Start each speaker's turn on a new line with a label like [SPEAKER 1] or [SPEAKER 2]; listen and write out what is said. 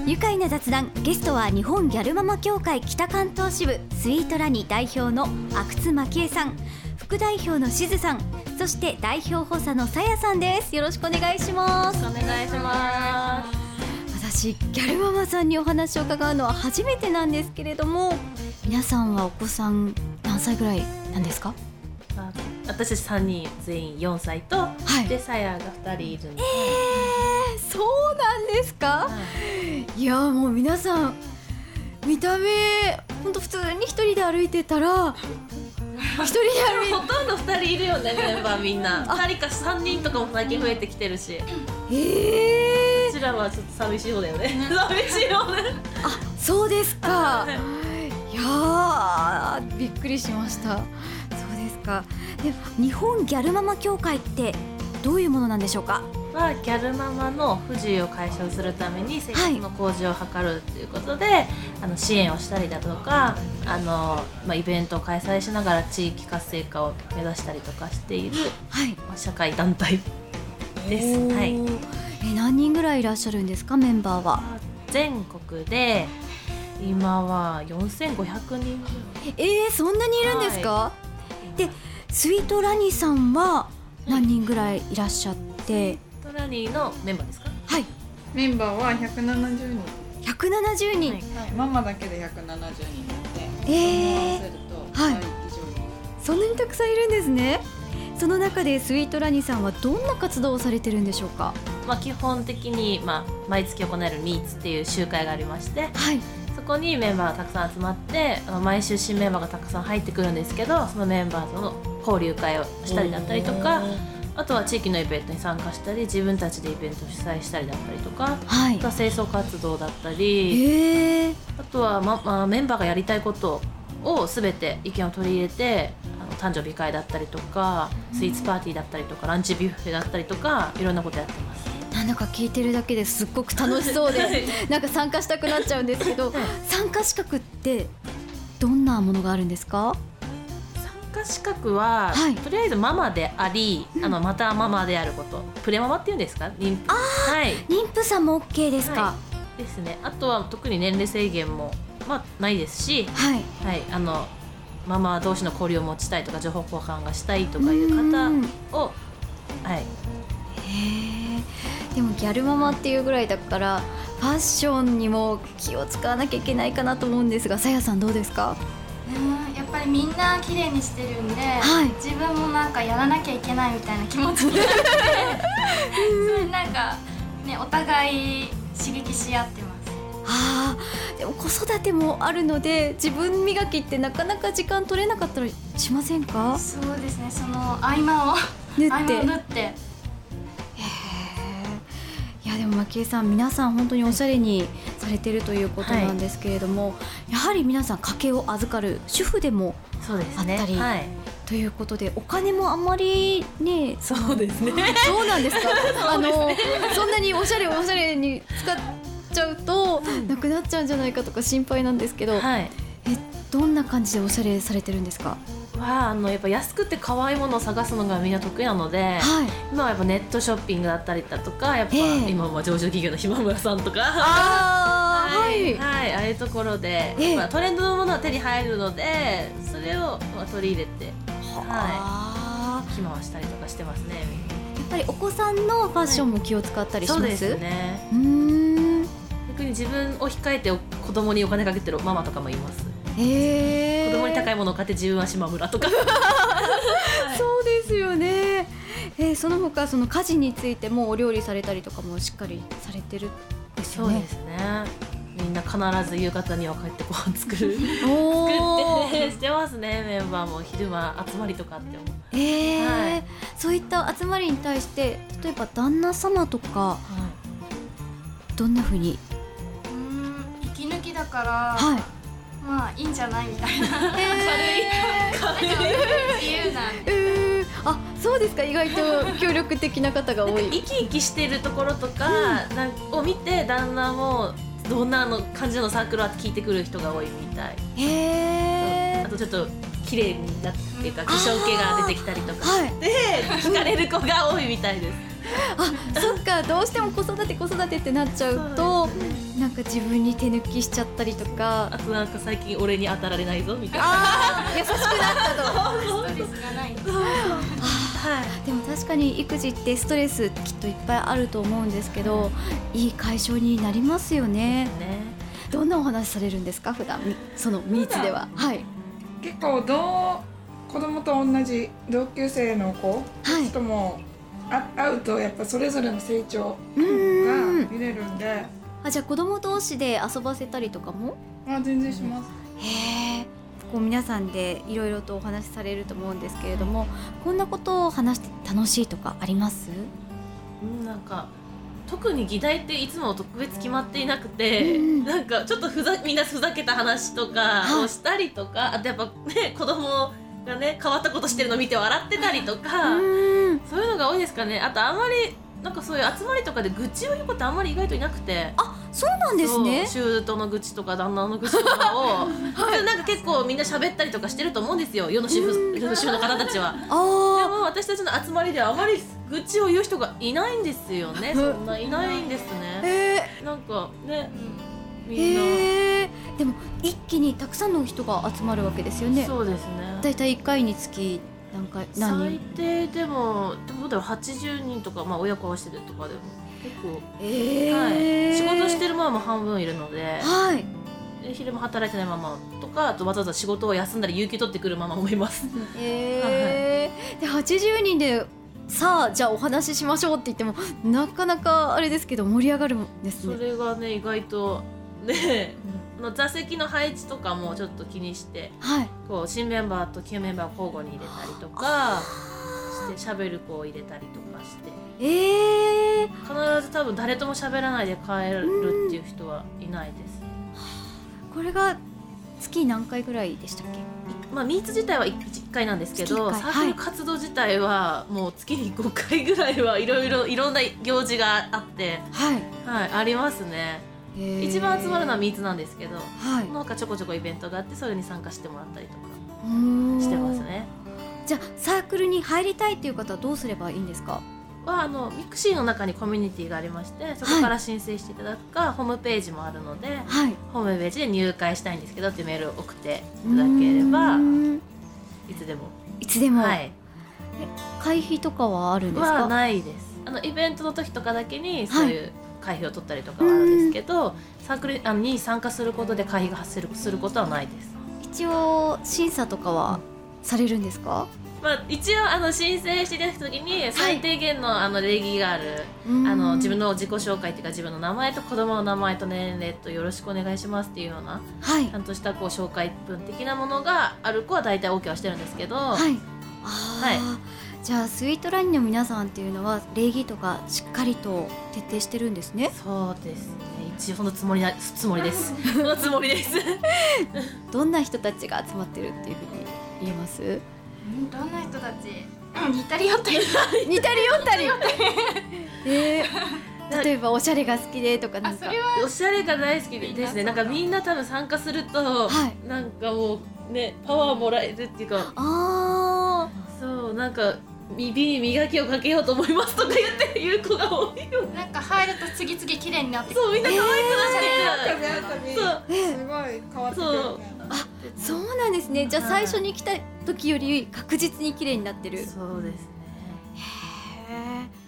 [SPEAKER 1] 愉快な雑談。ゲストは日本ギャルママ協会北関東支部スイートラニ代表の阿久津真紀恵さん、副代表のしずさん、そして代表補佐のさやさんです。よろしくお願いします。
[SPEAKER 2] お願いします。
[SPEAKER 1] 私ギャルママさんにお話を伺うのは初めてなんですけれども、皆さんはお子さん何歳ぐらいなんですか？
[SPEAKER 2] 私3人全員4歳と、でさやが2人いるんで。
[SPEAKER 1] そうなんですか？いやもう皆さん見た目ほんと普通に一人で歩いてたら一人で歩いて
[SPEAKER 2] ほとんど2人いるよね、メンバーみんな。2人か3人とかも最近増えてきてるし、うちらはちょっと寂しい方だよね。寂しい方ね。
[SPEAKER 1] あ、そうですか。いやびっくりしました。そうですか。で、日本ギャルママ協会ってどういうものなんでしょうか？
[SPEAKER 2] ギャルママの不自由を解消するために生活の向上を図るということで、支援をしたりだとか、イベントを開催しながら地域活性化を目指したりとかしている、社会団体です。
[SPEAKER 1] 何人ぐらいいらっしゃるんですか、メンバーは？
[SPEAKER 2] 全国で今は4500人。
[SPEAKER 1] そんなにいるんですか？で、スイートラニさんは何人ぐらいいらっしゃって？
[SPEAKER 2] スイートラニのメンバーですか？
[SPEAKER 3] はい、メンバーは170人。
[SPEAKER 1] 170人、
[SPEAKER 3] ママだけで170人で、合わせると倍以上に。
[SPEAKER 1] そんなにたくさんいるんですね。その中でスイートラニさんはどんな活動をされてるんでしょうか？
[SPEAKER 2] 基本的に、毎月行えるミーツっていう集会がありまして、そこにメンバーがたくさん集まって毎週新メンバーがたくさん入ってくるんですけど、そのメンバーとの交流会をしたりだったりとか、あとは地域のイベントに参加したり、自分たちでイベントを主催したりだったりとか、あとは清掃活動だったり、あとは、メンバーがやりたいことを全て意見を取り入れて、誕生日会だったりとかスイーツパーティーだったりとかランチビュッフェだったりとか、いろんなことやってます。
[SPEAKER 1] なんだか聞いてるだけですっごく楽しそうでなんか参加したくなっちゃうんですけど、参加資格ってどんなものがあるんですか？
[SPEAKER 2] 参加資格は、とりあえずママであり、またママであること、プレママっていうんですか、妊婦。
[SPEAKER 1] 妊婦さんも OK ですか？
[SPEAKER 2] ですね。あとは特に年齢制限も、ないですし、ママ同士の交流を持ちたいとか情報交換がしたいとかいう方を、
[SPEAKER 1] でもギャルママっていうぐらいだからファッションにも気を使わなきゃいけないかなと思うんですが、さやさんどうですか？
[SPEAKER 4] やっぱりみんな綺麗にしてるんで、自分もなんかやらなきゃいけないみたいな気持ちになってそれなんかね、お互い刺激し合ってます。
[SPEAKER 1] でも子育てもあるので自分磨きってなかなか時間取れなかったりしませんか？
[SPEAKER 4] そうですね、その合間を縫って。
[SPEAKER 1] いやでも真紀恵さん、皆さん本当におしゃれにされてるということなんですけれども、やはり皆さん家計を預かる主婦でもあったり、ということでお金もあんまりね。
[SPEAKER 2] そうですね。
[SPEAKER 1] そうなんですか？そんなにおしゃれに使っちゃうとなくなっちゃうんじゃないかとか心配なんですけど、どんな感じでおしゃれされてるんですか？
[SPEAKER 2] やっぱ安くて可愛いものを探すのがみんな得意なので、今はやっぱネットショッピングだったりだとか、やっぱ今は上場企業のひまむらさんとか、ああいうところで、トレンドのものは手に入るので、それを取り入れて着回したりとかしてますね。
[SPEAKER 1] やっぱりお子さんのファッションも気を使ったりします？
[SPEAKER 2] そうですね。逆に自分を控えて子供にお金かけてるママとかもいます。子供に高いものを買って自分は島村とか
[SPEAKER 1] そうですよね。その他その家事についてもお料理されたりとかもしっかりされてるんですよね。
[SPEAKER 2] そうですね。みんな必ず夕方には帰ってご飯作ってしてますね。メンバーも昼間集まりとかって思う。
[SPEAKER 1] そういった集まりに対して例えば旦那様とか、どんな風に？
[SPEAKER 4] 息抜きだから、いいんじゃないみたいな軽い自由なんで。
[SPEAKER 1] そうですか。意外と協力的な方が多い。
[SPEAKER 2] 生き生きしてるところとか、を見て旦那もどんな感じのサークルはって聞いてくる人が多いみたい。あとちょっと綺麗になっていうか化粧気が出てきたりとかして聞かれる子が多いみたいです。
[SPEAKER 1] あ、そっか、どうしても子育てってなっちゃうと、なんか自分に手抜きしちゃったりとか、
[SPEAKER 2] あとなんか最近俺に当たられないぞみたいな、
[SPEAKER 1] 優しくなったと。
[SPEAKER 4] ストレスがない。
[SPEAKER 1] でも確かに育児ってストレスきっといっぱいあると思うんですけど、いい解消になりますよね。どんなお話されるんですか、普段そのミーツでは。はい、
[SPEAKER 3] 結構子供と同じ同級生の子とも会うとやっぱそれぞれの成長が見れるんで。
[SPEAKER 1] じゃあ子供同士で遊ばせたりとかも？
[SPEAKER 3] 全然します。
[SPEAKER 1] へえ。こう皆さんでいろいろとお話しされると思うんですけれども、こんなことを話して楽しいとかあります？
[SPEAKER 2] なんか特に議題っていつも特別決まっていなくて、なんかちょっとみんなふざけた話とかをしたりとか、あとやっぱね、子供がね変わったことしてるの見て笑ってたりとか、そういうのが多いですかね。あとあんまりなんかそういう集まりとかで愚痴を言うことあんまり意外といなくて。
[SPEAKER 1] そうなんですね。
[SPEAKER 2] 姑の愚痴とか旦那の愚痴とかをなんか結構みんな喋ったりとかしてると思うんですよ、世の主婦の方たちは。でも私たちの集まりではあまり愚痴を言う人がいないんですよね。そんないないんですね。なんかね、みんな
[SPEAKER 1] でも一気にたくさんの人が集まるわけですよね。
[SPEAKER 2] そうですね。
[SPEAKER 1] だいたい1回につき何人？
[SPEAKER 2] 最低でもどうだろう、80人とか、親子合わせてとかでも結構、仕事してるママも半分いるので、昼も働いてないママとか、あとわざわざ仕事を休んだり有給取ってくるママもいます。
[SPEAKER 1] で80人でさあじゃあお話ししましょうって言ってもなかなかあれですけど盛り上がるんですね。
[SPEAKER 2] それがね意外とね、座席の配置とかもちょっと気にして、こう新メンバーと旧メンバーを交互に入れたりとかして喋る子を入れたりとかして、必ず多分誰とも喋らないで帰るっていう人はいないです。
[SPEAKER 1] これが月何回ぐらいでしたっけ？
[SPEAKER 2] ミーツ自体は1回なんですけど、サークル活動自体はもう月に5回ぐらいはいろんな行事があって、ありますね。一番集まるのはミーツなんですけど、なんかちょこちょこイベントがあってそれに参加してもらったりとかしてますね。
[SPEAKER 1] じゃあサークルに入りたいっていう方はどうすればいいんですか？
[SPEAKER 2] ミクシーの中にコミュニティがありまして、そこから申請していただくか、ホームページもあるので、ホームページで入会したいんですけどっていうメールを送っていただければいつでも。会費とかはあるんですか？ ないです。イベントの時とかだけにそういう会費を取ったりとかはあるんですけど、サークルに参加することで会費が発生することはないです。
[SPEAKER 1] 一応審査とかはされるんですか？
[SPEAKER 2] 一応申請していただくときに最低限の礼儀がある、自分の自己紹介というか自分の名前と子供の名前と年齢とよろしくお願いしますっていうような、ちゃんとしたこう紹介文的なものがある子は大体 OK はしてるんですけど、
[SPEAKER 1] じゃあスイートラインの皆さんっていうのは礼儀とかしっかりと徹底してるんですね。
[SPEAKER 2] そうですね、一応そのつもりですそのつもりです
[SPEAKER 1] どんな人たちが集まってるっていうふうに言えます？
[SPEAKER 4] どんな人たち？似たり寄ったり
[SPEAKER 1] 例えばおしゃれが好きでとか、なんか
[SPEAKER 2] おしゃれが大好きですね。なんかみんな多分参加すると、なんかもうねパワーもらえるっていうか、そうなんか美に磨きをかけようと思いますとか言う子が多いよ。
[SPEAKER 4] なんか入ると次々綺麗になってくる。
[SPEAKER 2] そう、みんな可愛くなって
[SPEAKER 3] くる。すごい変わってくる。
[SPEAKER 1] そうなんですね。じゃあ最初に来た時より確実に綺麗になってる。
[SPEAKER 2] そうですね。
[SPEAKER 1] へー。